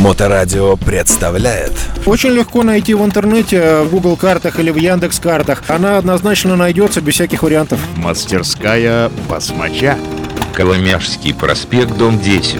Моторадио представляет. Очень легко найти в интернете, в Google картах или в Яндекс картах. Она однозначно найдется без всяких вариантов. Мастерская басмача. Коломяжский проспект, дом 10.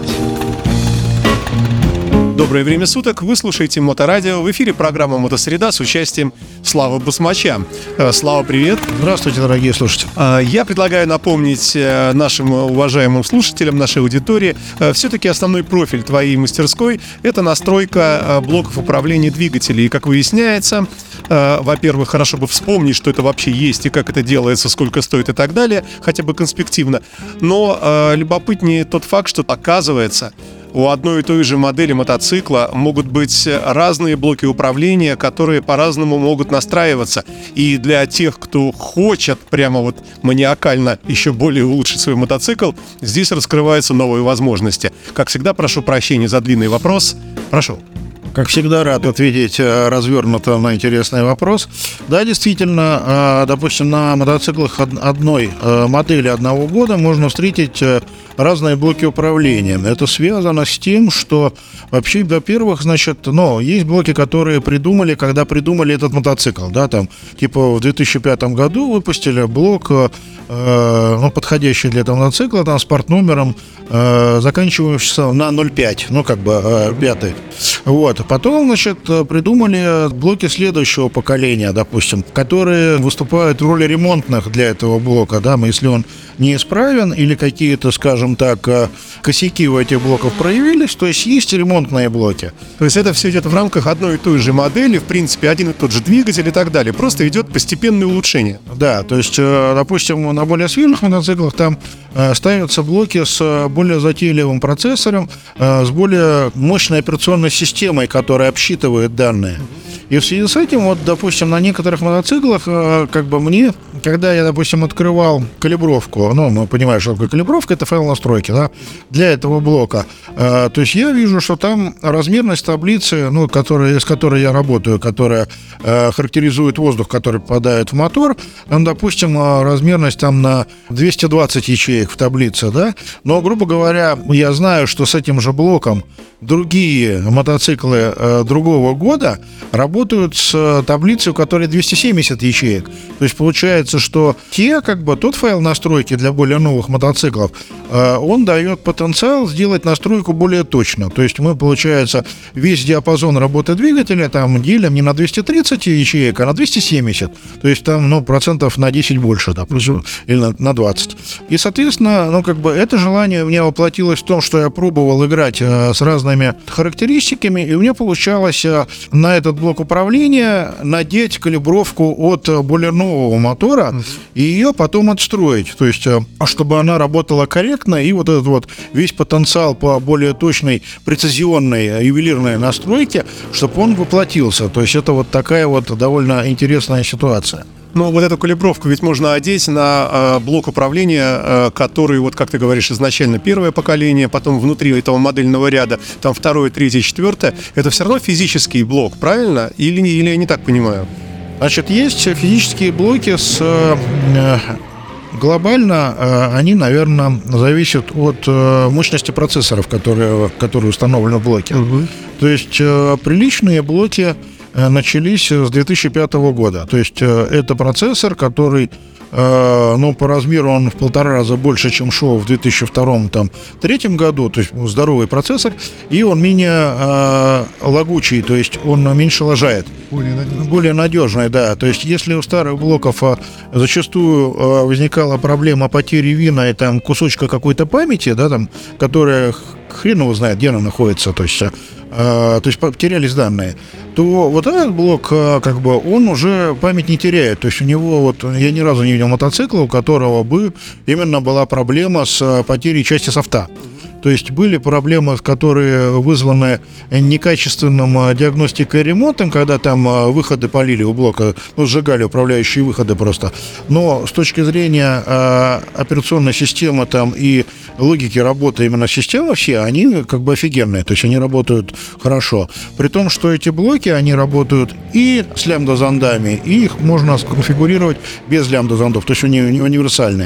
Доброе время суток, вы слушаете Моторадио. В эфире программа «Мотосреда» с участием Славы Басмача. Слава, привет. Здравствуйте, дорогие слушатели. Я предлагаю напомнить нашим уважаемым слушателям, нашей аудитории, все-таки основной профиль твоей мастерской – это настройка блоков управления двигателей. И, как выясняется, во-первых, хорошо бы вспомнить, что это вообще есть и как это делается, сколько стоит и так далее, хотя бы конспективно. Но любопытнее тот факт, что, оказывается, у одной и той же модели мотоцикла могут быть разные блоки управления, которые по-разному могут настраиваться. И для тех, кто хочет прямо вот маниакально еще более улучшить свой мотоцикл, здесь раскрываются новые возможности. Как всегда, прошу прощения за длинный вопрос. Прошу. Как всегда, рад ответить развернуто на интересный вопрос. Да, действительно, допустим, на мотоциклах одной модели одного года можно встретить разные блоки управления. Это связано с тем, что вообще, во-первых, значит, есть блоки, которые придумали, когда придумали этот мотоцикл, да, там, типа в 2005 году выпустили блок, подходящий для этого мотоцикла, там, с партномером, заканчивающийся на 0,5, пятый. Вот. Потом, значит, придумали блоки следующего поколения, допустим, которые выступают в роли ремонтных для этого блока, да, если он неисправен или какие-то, скажем так, косяки у этих блоков проявились, то есть ремонтные блоки. То есть это все идет в рамках одной и той же модели, в принципе, один и тот же двигатель и так далее. Просто идет постепенное улучшение. Да, то есть, допустим, на более свежих мотоциклах там ставятся блоки с более затейливым процессором, с более мощной операционной системой, которая обсчитывает данные. И в связи с этим, вот, допустим, на некоторых мотоциклах, когда я, допустим, открывал калибровку, мы понимаем, что такое калибровка, это файл настройки, да, для этого блока, то есть я вижу, что там размерность таблицы, с которой я работаю, которая характеризует воздух, который попадает в мотор, там, допустим, размерность там на 220 ячеек в таблице, да, но, грубо говоря, я знаю, что с этим же блоком другие мотоциклы другого года работают с таблицей, у которой 270 ячеек. То есть получается, что тот файл настройки для более новых мотоциклов, он дает потенциал сделать настройку более точно. То есть мы, получается, весь диапазон работы двигателя там делим не на 230 ячеек, а на 270. То есть там, процентов на 10 больше, допустим, или на 20. И, соответственно, это желание у меня воплотилось в том, что я пробовал играть с разными характеристиками, и у меня получалось на этот блок управления надеть калибровку от более нового мотора и ее потом отстроить, то есть чтобы она работала корректно, и вот этот вот весь потенциал по более точной, прецизионной, ювелирной настройке, чтобы он воплотился. То есть это вот такая вот довольно интересная ситуация. Вот эту калибровку ведь можно одеть на блок управления, который, вот как ты говоришь, изначально первое поколение, потом внутри этого модельного ряда, там второе, третье, четвертое. Это все равно физический блок, правильно? Или я не так понимаю? Значит, есть физические блоки глобально они, наверное, зависят от мощности процессоров, которые установлены в блоке. То есть приличные блоки начались с 2005 года. То есть это процессор, который по размеру он в 1,5 раза больше, чем шел в 2002-2003 году, то есть здоровый процессор, и он менее лагучий, то есть он меньше лажает. Более надежный, да. То есть если у старых блоков зачастую возникала проблема потери вина и там кусочка какой-то памяти, да, там, которая хрен его знает, где она находится, то есть потерялись данные, то вот этот блок, он уже память не теряет. То есть у него, я ни разу не видел мотоцикла, у которого бы именно была проблема с потерей части софта. То есть были проблемы, которые вызваны некачественным диагностикой и ремонтом, когда там выходы полили у блока, сжигали управляющие выходы просто. Но с точки зрения операционной системы там и логики работы именно системы все, они офигенные, то есть они работают хорошо. При том, что эти блоки, они работают и с лямбда-зондами, и их можно сконфигурировать без лямбда-зондов, то есть они универсальные.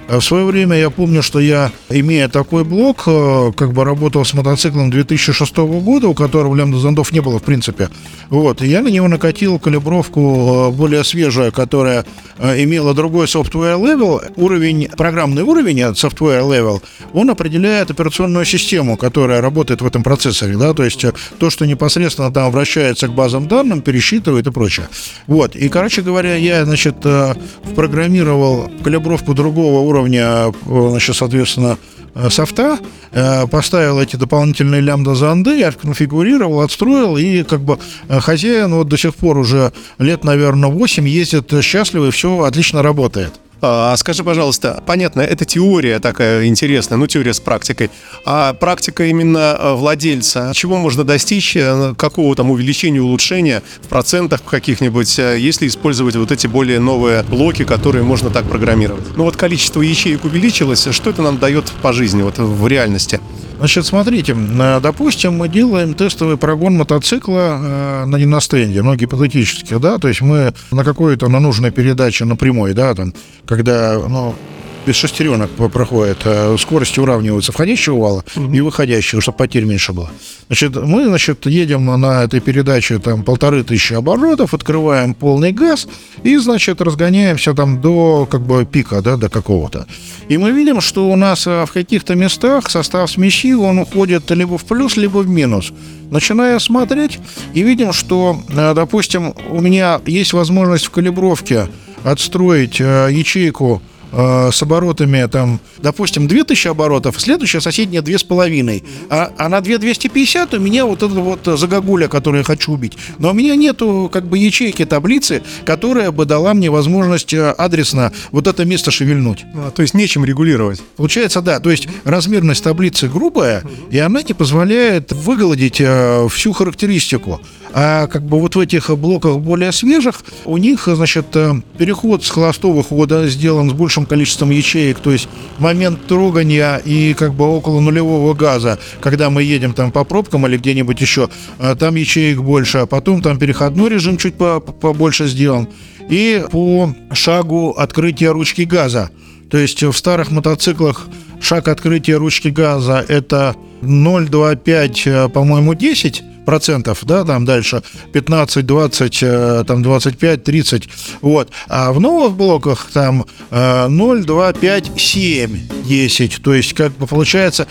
В свое время я помню, что я, имея такой блок, как бы работал с мотоциклом 2006 года, у которого лямбда-зондов не было в принципе. Вот, и я на него накатил калибровку более свежую, которая имела другой software level, программный уровень software level, он определяет операционную систему, которая работает в этом процессоре, да, то есть то, что непосредственно там обращается к базам данным, пересчитывает и прочее. Вот, и, короче говоря, я, значит, впрограммировал калибровку другого уровня, значит, соответственно, софта, поставил эти дополнительные лямбда-зонды, я конфигурировал, отстроил, и как бы хозяин вот до сих пор уже лет, наверное, 8 ездит счастливый, все отлично работает. Скажи, пожалуйста, понятно, это теория такая интересная, ну, теория с практикой. А практика именно владельца, чего можно достичь, какого там увеличения, улучшения в процентах каких-нибудь, если использовать вот эти более новые блоки, которые можно так программировать? Ну, вот количество ячеек увеличилось, что это нам дает по жизни, вот в реальности? Значит, смотрите, допустим, мы делаем тестовый прогон мотоцикла на стенде, ну, гипотетически, да, то есть мы на какой-то, на нужной передаче, на прямой, да, там, когда, ну, без шестеренок проходит, скорости уравниваются входящего вала и выходящего, чтобы потерь меньше было. Значит, мы, значит, едем на этой передаче там 1500 оборотов, открываем полный газ и, значит, разгоняемся там до, как бы, пика, да, до какого-то. И мы видим, что у нас в каких-то местах состав смеси, он уходит либо в плюс, либо в минус. Начиная смотреть, и видим, что, допустим, у меня есть возможность в калибровке отстроить ячейку с оборотами, там, допустим, 2000 оборотов, следующая соседняя 2500, а на 2250 у меня вот эта вот загогуля, которую я хочу убить. Но у меня нету, как бы, ячейки, таблицы, которая бы дала мне возможность адресно вот это место шевельнуть. То есть нечем регулировать. Получается, да, то есть размерность таблицы грубая, и она не позволяет выгладить всю характеристику. А как бы вот в этих блоках более свежих у них, значит, переход с холостого хода сделан с большим количеством ячеек, то есть момент трогания и как бы около нулевого газа, когда мы едем там по пробкам или где-нибудь еще, там ячеек больше, а потом там переходной режим чуть побольше сделан, и по шагу открытия ручки газа. То есть в старых мотоциклах шаг открытия ручки газа это 0,25, по-моему, 10%, да, там дальше 15, 20, там 25, 30, вот. А в новых блоках там 0, 2, 5, 7, 10, то есть как бы получается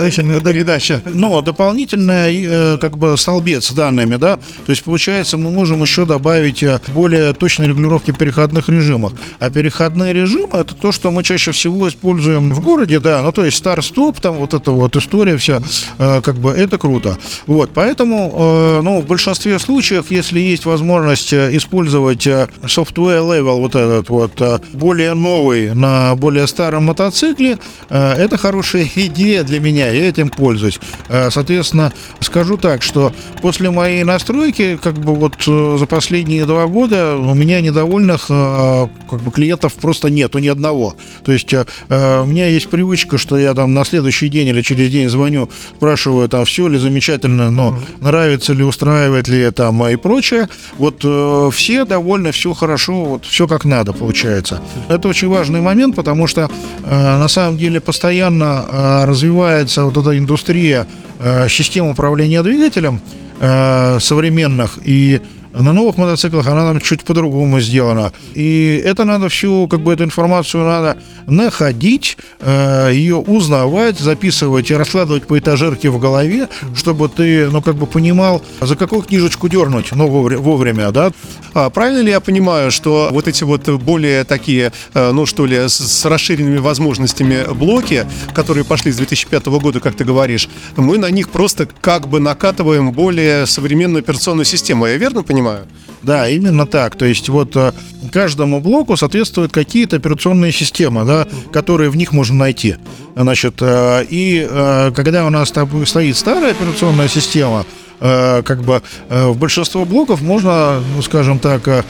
дополнительная как бы столбец с данными, да, то есть получается мы можем еще добавить более точной регулировки переходных режимов. А переходные режимы это то, что мы чаще всего используем в городе, да, ну то есть старт-стоп, там вот эта вот история вся, как бы это круто. Вот, поэтому, ну, в большинстве случаев, если есть возможность использовать software level, вот этот вот, более новый на более старом мотоцикле, это хорошая идея для меня, я этим пользуюсь. Соответственно, скажу так, что после моей настройки, как бы вот за последние 2 года у меня недовольных как бы клиентов просто нету ни одного. То есть у меня есть привычка, что я там на следующий день или через день звоню, спрашиваю, там, все ли замечательно, но нравится ли, устраивает ли там и прочее. Вот все довольны, все хорошо, вот все как надо получается. Это очень важный момент, потому что на самом деле постоянно развивается вот эта индустрия систем управления двигателем современных, и на новых мотоциклах она там чуть по-другому сделана. И это надо всю, как бы, эту информацию надо находить, ее узнавать, записывать и раскладывать по этажерке в голове, чтобы ты, ну, как бы понимал, за какую книжечку дернуть, но вовремя, да. Правильно ли я понимаю, что вот эти вот более такие, ну что ли, с расширенными возможностями блоки, которые пошли с 2005 года, как ты говоришь, мы на них просто как бы накатываем более современную операционную систему, я верно понимаю? Да, именно так. То есть вот каждому блоку соответствуют какие-то операционные системы, да, которые в них можно найти. Значит, и когда у нас стоит старая операционная система, как бы в большинство блоков можно, ну, скажем так,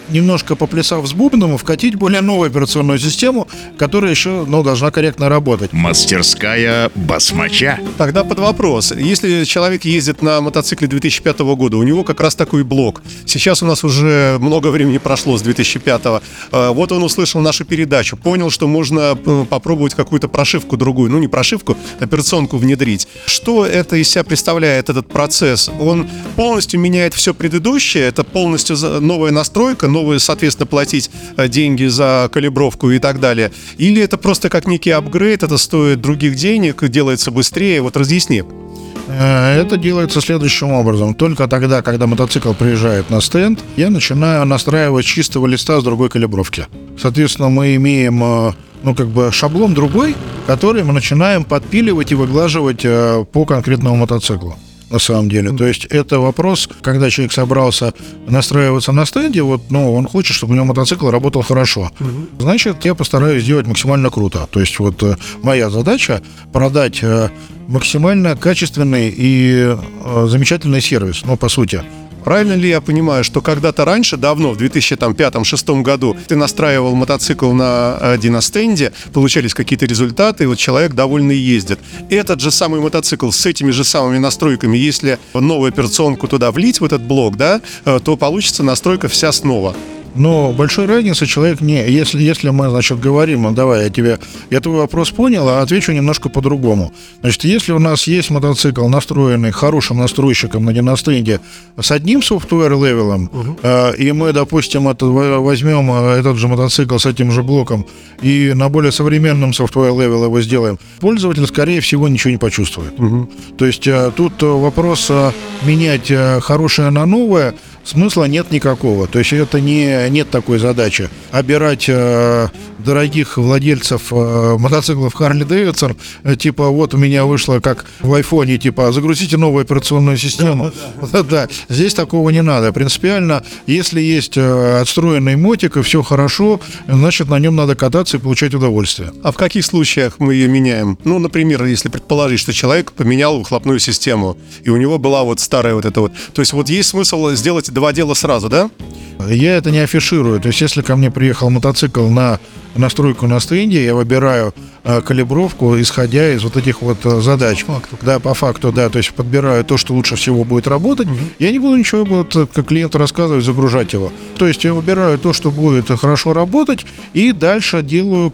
немножко поплясав с бубном, вкатить более новую операционную систему, которая еще, должна корректно работать. Мастерская басмача. Тогда под вопрос. Если человек ездит на мотоцикле 2005 года, у него как раз такой блок. Сейчас у нас уже много времени прошло с 2005. Вот он услышал нашу передачу, понял, что можно попробовать какую-то прошивку другую. Не прошивку, операционку внедрить. Что это из себя представляет, этот процесс? Он полностью меняет все предыдущее, это полностью новая настройка, новые, соответственно, платить деньги за калибровку и так далее. Или это просто как некий апгрейд, это стоит других денег, делается быстрее? Вот разъясни. Это делается следующим образом. Только тогда, когда мотоцикл приезжает на стенд, я начинаю настраивать с чистого листа с другой калибровки. Соответственно, мы имеем шаблон другой, который мы начинаем подпиливать и выглаживать по конкретному мотоциклу. На самом деле. То есть это вопрос, когда человек собрался настраиваться на стенде, он хочет, чтобы у него мотоцикл работал хорошо. Значит, я постараюсь сделать максимально круто. То есть моя задача продать максимально качественный и замечательный сервис, по сути. Правильно ли я понимаю, что когда-то раньше, давно, в 2005-2006 году, ты настраивал мотоцикл на диностенде, получались какие-то результаты, и человек довольный ездит. Этот же самый мотоцикл с этими же самыми настройками, если новую операционку туда влить, в этот блок, то получится настройка вся снова. Но большой разницы человек не... Если мы, говорим, давай, я твой вопрос понял, а отвечу немножко по-другому. Значит, если у нас есть мотоцикл, настроенный хорошим настройщиком на диностенде с одним софтвер-левелом, и мы, допустим, возьмем этот же мотоцикл с этим же блоком и на более современном софтвер-левеле его сделаем, пользователь, скорее всего, ничего не почувствует. То есть тут вопрос менять хорошее на новое смысла нет никакого. То есть это нет такой задачи. Обирать дорогих владельцев мотоциклов Harley Davidson, у меня вышло как в айфоне, загрузите новую операционную систему. Да, здесь такого не надо. Принципиально, если есть отстроенный мотик и все хорошо, значит, на нем надо кататься и получать удовольствие. А в каких случаях мы ее меняем? Например, если предположить, что человек поменял выхлопную систему, и у него была старая То есть есть смысл сделать два дела сразу, да? Я это не афиширую. То есть если ко мне приехал мотоцикл на настройку на стенде, я выбираю калибровку, исходя из этих задач. По факту, да. То есть подбираю то, что лучше всего будет работать. Я не буду ничего как клиенту рассказывать, загружать его. То есть я выбираю то, что будет хорошо работать, и дальше делаю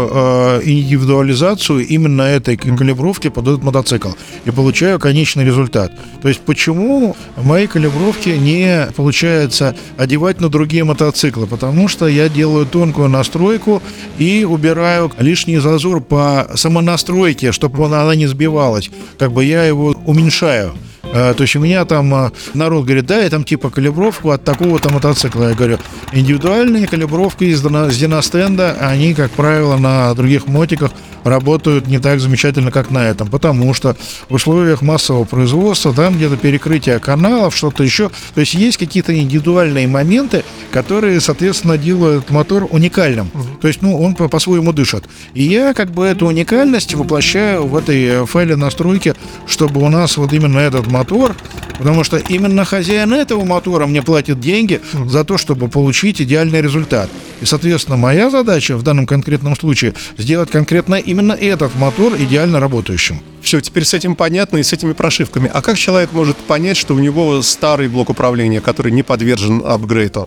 индивидуализацию именно этой калибровки под этот мотоцикл. И получаю конечный результат. То есть почему мои калибровки не получается одевать на другие мотоциклы? Потому что я делаю тонкую настройку и убираю лишний зазор по самонастройке, чтобы она не сбивалась. Я его уменьшаю. То есть у меня там народ говорит, я там калибровку от такого-то мотоцикла. Я говорю, индивидуальные калибровки с диностенда, они, как правило, на других мотиках работают не так замечательно, как на этом, потому что в условиях массового производства там где-то перекрытие каналов, что-то еще, то есть какие-то индивидуальные моменты, которые, соответственно, делают мотор уникальным, то есть, он по-своему дышит. И я эту уникальность воплощаю в этой файле настройки, чтобы у нас именно этот мотор, потому что именно хозяин этого мотора мне платит деньги за то, чтобы получить идеальный результат. И, соответственно, моя задача в данном конкретном случае сделать конкретно именно этот мотор идеально работающим. Все, теперь с этим понятно и с этими прошивками. А как человек может понять, что у него старый блок управления, который не подвержен апгрейду?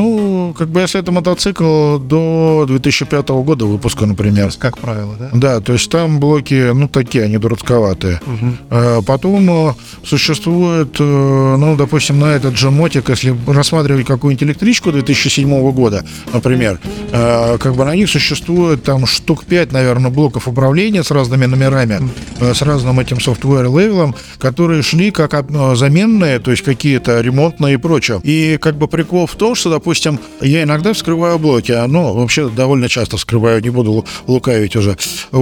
Если это мотоцикл до 2005 года выпуска, например. Как правило, да? Да, то есть там блоки, такие, они дурацковатые. Потом существует, допустим, на этот же мотик, если рассматривать какую-нибудь электричку 2007 года, например, на них существует там штук 5, наверное, блоков управления с разными номерами, с разным этим софтвер-левелом, которые шли как заменные, то есть какие-то ремонтные и прочее. И прикол в том, что, допустим, я иногда вскрываю блоки, вообще довольно часто вскрываю, не буду лукавить уже.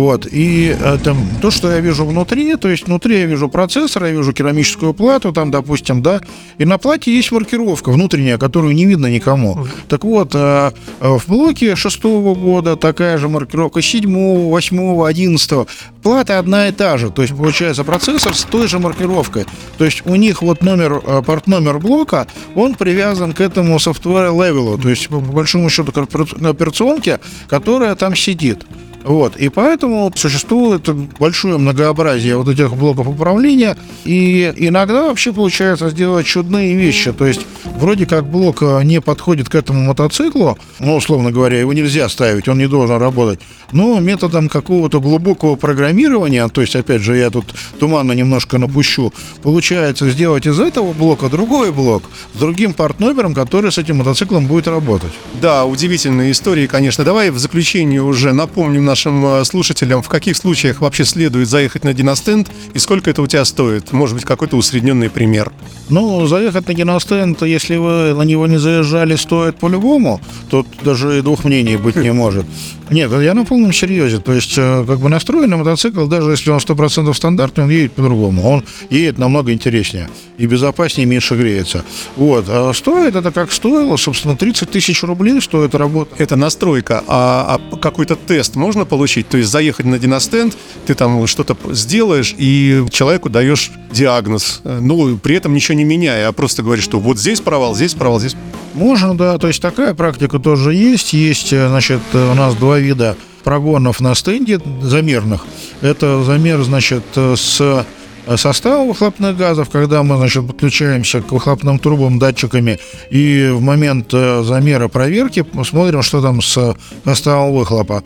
И там то, что я вижу внутри, то есть внутри я вижу процессор, я вижу керамическую плату, там, допустим, да, и на плате есть маркировка внутренняя, которую не видно никому. Так вот, в блоке 6-го года такая же маркировка 7-го, 8-го, 11-го. плата одна и та же. То есть, получается, процессор с той же маркировкой. То есть, у них вот порт-номер блока, он привязан к этому software-левелу. То есть, по большому счету, к операционке, которая там сидит. Вот. И поэтому существует большое многообразие вот этих блоков управления, и иногда вообще получается сделать чудные вещи. То есть вроде как блок не подходит к этому мотоциклу, ну, условно говоря, его нельзя ставить, он не должен работать, но методом какого-то глубокого программирования, то есть, опять же, я тут туманно немножко напущу, получается сделать из этого блока другой блок с другим партнером, который с этим мотоциклом будет работать. Да, удивительные истории, конечно. Давай в заключение уже напомним нашим слушателям, в каких случаях вообще следует заехать на диностенд и сколько это у тебя стоит? Может быть, какой-то усредненный пример? Ну, заехать на диностенд, если вы на него не заезжали, стоит по-любому. Тут даже и двух мнений быть не может. Нет, я на полном серьезе. То есть, как бы настроенный мотоцикл, даже если он 100% стандартный, он едет по-другому. Он едет намного интереснее и безопаснее, и меньше греется. Вот. А стоит это как стоило, собственно, 30 тысяч рублей стоит работа. Это настройка, а какой-то тест можно получить? То есть заехать на диностенд, ты там что-то сделаешь, и человеку даешь диагноз, ну, при этом ничего не меняя, а просто говоришь, что вот здесь провал, здесь провал, здесь... Можно, да, то есть такая практика тоже есть. Есть, значит, у нас два вида прогонов на стенде замерных. Это замер, значит, с состава выхлопных газов, когда мы, значит, подключаемся к выхлопным трубам датчиками и в момент замера проверки смотрим, что там с составом выхлопа.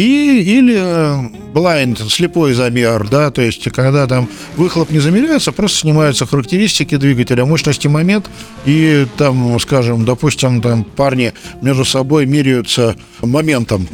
Или blind, слепой замер, да, то есть когда там выхлоп не замеряется, просто снимаются характеристики двигателя, мощности, момент, и там, скажем, допустим, там парни между собой меряются моментом.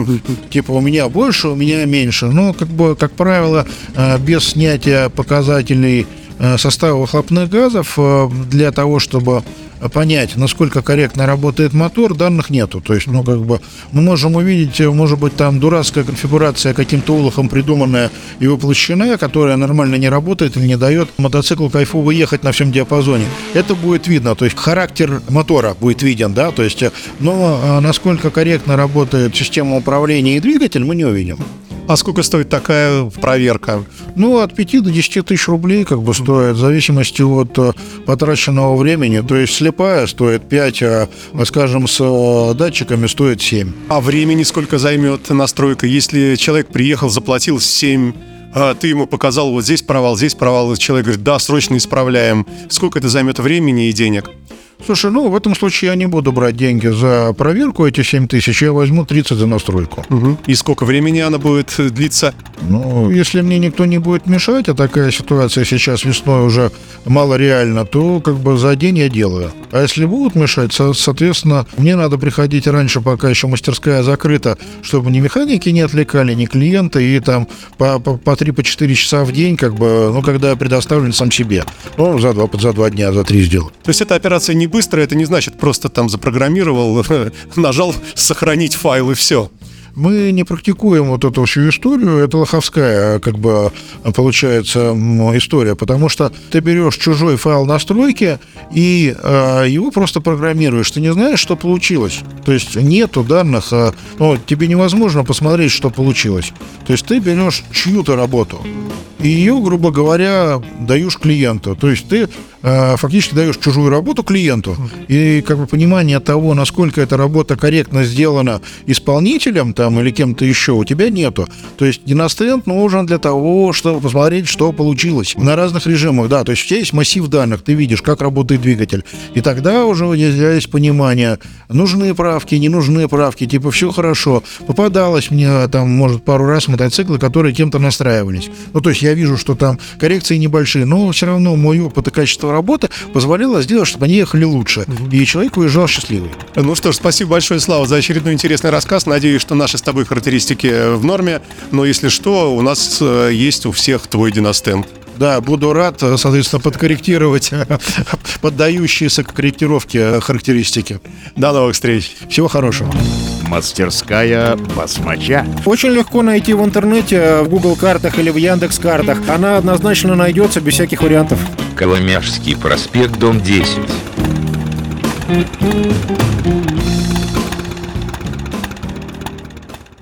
Типа у меня больше, у меня меньше. Но, как бы, как правило, без снятия показателей состава выхлопных газов для того, чтобы понять, насколько корректно работает мотор, данных нету. То есть, ну, как бы, мы можем увидеть, может быть, там дурацкая конфигурация каким-то улохом придуманная и воплощенная, которая нормально не работает или не дает мотоциклу кайфово ехать на всем диапазоне. Это будет видно, то есть характер мотора будет виден, да, то есть, но насколько корректно работает система управления и двигатель, мы не увидим. А сколько стоит такая проверка? Ну, от 5 до 10 тысяч рублей как бы стоит, в зависимости от потраченного времени. То есть слепая стоит 5, а, скажем, с датчиками стоит 7. А времени сколько займет настройка? Если человек приехал, заплатил 7, а ты ему показал, вот здесь провал, и человек говорит, да, срочно исправляем. Сколько это займет времени и денег? Слушай, ну, в этом случае я не буду брать деньги за проверку, эти 7 тысяч, я возьму 30 за настройку. И сколько времени она будет длиться? Ну, если мне никто не будет мешать, а такая ситуация сейчас весной уже мало реальна, то как бы за день я делаю. А если будут мешать, соответственно, мне надо приходить раньше, пока еще мастерская закрыта, чтобы ни механики не отвлекали, ни клиенты, и там по 3-4 часа в день, как бы, ну, когда я предоставлен сам себе. Ну, за 2 дня, за 3 сделаю. То есть эта операция не быстрая, это не значит просто там запрограммировал, нажал сохранить файл и все. Мы не практикуем вот эту всю историю, это лоховская, как бы, получается, история, потому что ты берешь чужой файл настройки и его просто программируешь, ты не знаешь, что получилось, то есть нету данных, ну, тебе невозможно посмотреть, что получилось, то есть ты берешь чью-то работу и ее, грубо говоря, даешь клиенту, то есть ты фактически даешь чужую работу клиенту, и как бы понимание того, насколько эта работа корректно сделана исполнителем там или кем-то еще, у тебя нету. То есть диностенд нужен для того, чтобы посмотреть, что получилось на разных режимах, да, то есть у тебя есть массив данных, ты видишь, как работает двигатель, и тогда уже есть понимание, нужны правки, не нужны правки, типа все хорошо, попадалось мне там, может, пару раз мотоциклы, которые кем-то настраивались, ну, то есть я вижу, что там коррекции небольшие, но все равно мой опыт и качество работы позволило сделать, чтобы они ехали лучше. И человек уезжал счастливый. Ну что ж, спасибо большое, Слава, за очередной интересный рассказ. Надеюсь, что наши с тобой характеристики в норме. Но если что, у нас есть у всех твой диностенд. Да, буду рад, соответственно, подкорректировать поддающиеся корректировке характеристики. До новых встреч. Всего хорошего. Мастерская Басмача. Очень легко найти в интернете, в Google картах или в Яндекс картах. Она однозначно найдется без всяких вариантов. Коломяжский проспект, дом 10.